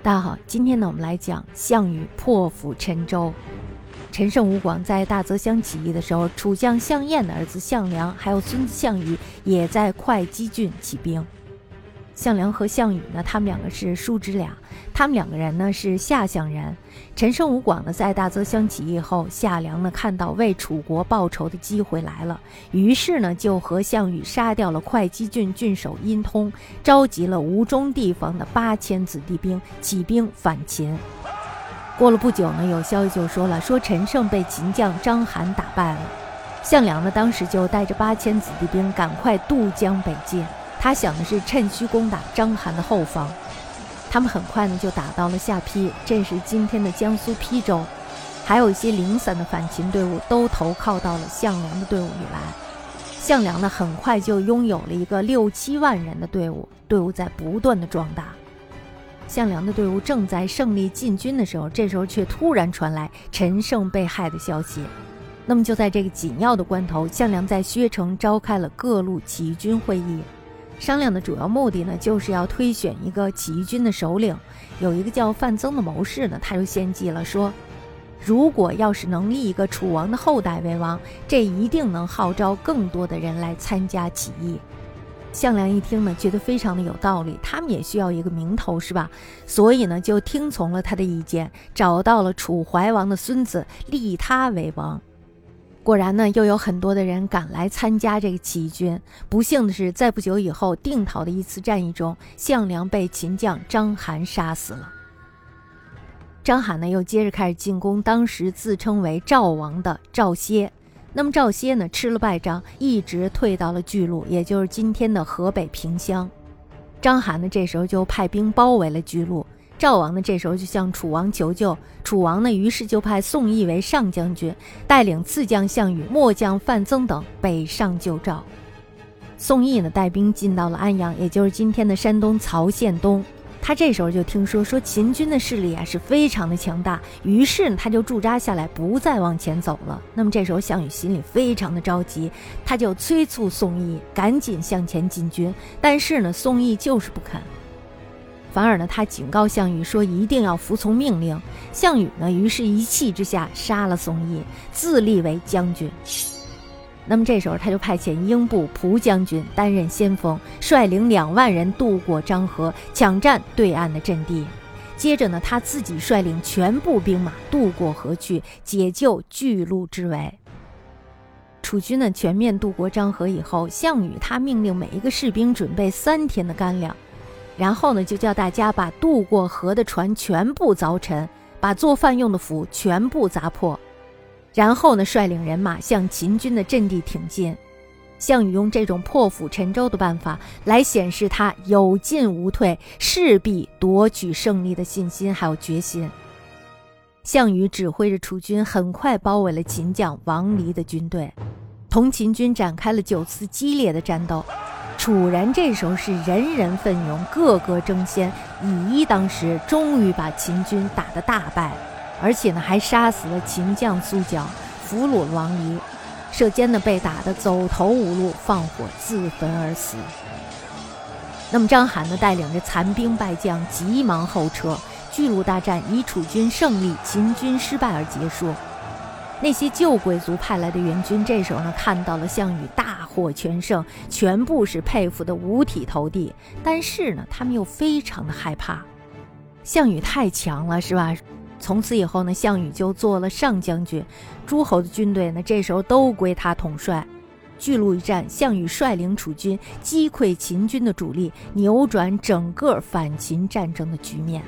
大家好，今天呢我们来讲项羽破釜沉舟。陈胜吴广在大泽乡起义的时候，楚将项燕的儿子项梁还有孙子项羽也在会稽郡起兵。项梁和项羽呢，他们两个是叔侄俩，他们两个人呢是下乡人。陈胜吴广呢在大泽乡起义后，项梁呢看到为楚国报仇的机会来了，于是呢就和项羽杀掉了会稽郡郡守殷通，召集了吴中地方的8000子弟兵起兵反秦。过了不久呢，有消息就说了，说陈胜被秦将章邯打败了。项梁呢当时就带着8000子弟兵赶快渡江北进，他想的是趁虚攻打章邯的后方。他们很快呢就打到了下邳，这是今天的江苏邳州，还有一些零散的反秦队伍都投靠到了项梁的队伍里来。项梁呢很快就拥有了一个6-7万人的队伍在不断的壮大。项梁的队伍正在胜利进军的时候，这时候却突然传来陈胜被害的消息。那么就在这个紧要的关头，项梁在薛城召开了各路起义军会议，商量的主要目的呢，就是要推选一个起义军的首领。有一个叫范增的谋士呢，他就献计了，说如果要是能立一个楚王的后代为王，这一定能号召更多的人来参加起义。项梁一听呢，觉得非常的有道理，他们也需要一个名头是吧？所以呢就听从了他的意见，找到了楚怀王的孙子，立他为王。果然呢，又有很多的人赶来参加这个起义军。不幸的是，在不久以后，定陶的一次战役中，项梁被秦将章邯杀死了。章邯呢，又接着开始进攻当时自称为赵王的赵歇。那么赵歇呢，吃了败仗，一直退到了巨鹿，也就是今天的河北平乡。章邯呢，这时候就派兵包围了巨鹿。赵王呢，这时候就向楚王求救，楚王呢，于是就派宋义为上将军，带领次将项羽、末将范增等北上救赵。宋义呢，带兵进到了安阳，也就是今天的山东曹县东。他这时候就听说秦军的势力是非常的强大，于是呢他就驻扎下来，不再往前走了。那么这时候项羽心里非常的着急，他就催促宋义赶紧向前进军，但是呢宋义就是不肯。反而呢，他警告项羽说一定要服从命令。项羽呢，于是一气之下杀了宋义，自立为将军。那么这时候他就派遣英布蒲将军担任先锋，率领2万人渡过漳河，抢占对岸的阵地。接着呢，他自己率领全部兵马渡过河去，解救巨鹿之围。楚军呢全面渡过漳河以后，项羽他命令每一个士兵准备3天的干粮，然后呢就叫大家把渡过河的船全部凿沉，把做饭用的釜全部砸破，然后呢率领人马向秦军的阵地挺进。项羽用这种破釜沉舟的办法来显示他有进无退，势必夺取胜利的信心还有决心。项羽指挥着楚军很快包围了秦将王离的军队，同秦军展开了9次激烈的战斗。楚人这时候是人人奋勇，个个争先，以一当十，终于把秦军打得大败，而且呢还杀死了秦将苏角，俘虏了王离。射监呢被打得走投无路，放火自焚而死。那么章邯呢带领着残兵败将急忙后撤，巨鹿大战以楚军胜利，秦军失败而结束。那些旧贵族派来的援军这时候呢看到了项羽大获全胜，全部是佩服得五体投地，但是呢他们又非常的害怕，项羽太强了是吧？从此以后呢，项羽就做了上将军，诸侯的军队呢这时候都归他统帅。巨鹿一战，项羽率领楚军击溃秦军的主力，扭转整个反秦战争的局面。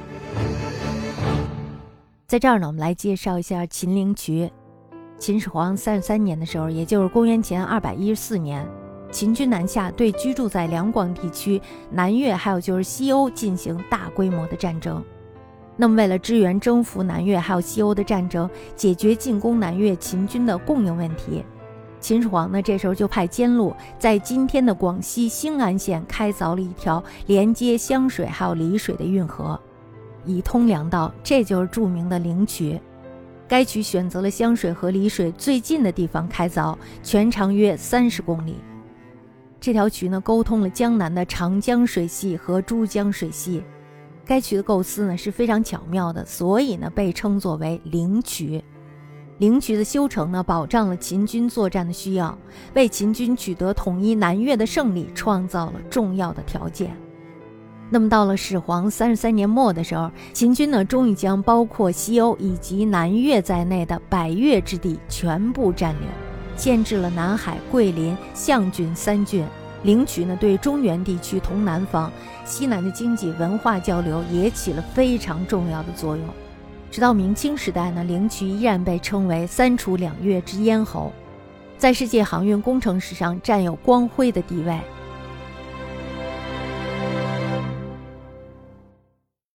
在这儿呢，我们来介绍一下秦陵渠。秦始皇33年的时候，也就是公元前214年，秦军南下，对居住在两广地区、南越还有就是西欧进行大规模的战争。那么为了支援征服南越还有西欧的战争，解决进攻南越秦军的供应问题，秦始皇呢这时候就派监路在今天的广西兴安县开凿了一条连接湘水还有丽水的运河，以通粮道，这就是著名的灵渠。该渠选择了湘水和丽水最近的地方开凿，全长约30公里。这条渠呢沟通了江南的长江水系和珠江水系。 该渠的构思呢是非常巧妙的，所以呢被称作为灵渠。灵渠的修成呢，保障了秦军作战的需要，为秦军取得统一南越的胜利创造了重要的条件。那么到了始皇33年末的时候，秦军呢终于将包括西欧以及南越在内的百越之地全部占领，牵制了南海、桂林、象郡3郡。灵渠呢对中原地区同南方、西南的经济文化交流也起了非常重要的作用。直到明清时代呢，灵渠依然被称为3楚2越之咽喉，在世界航运工程史上占有光辉的地位。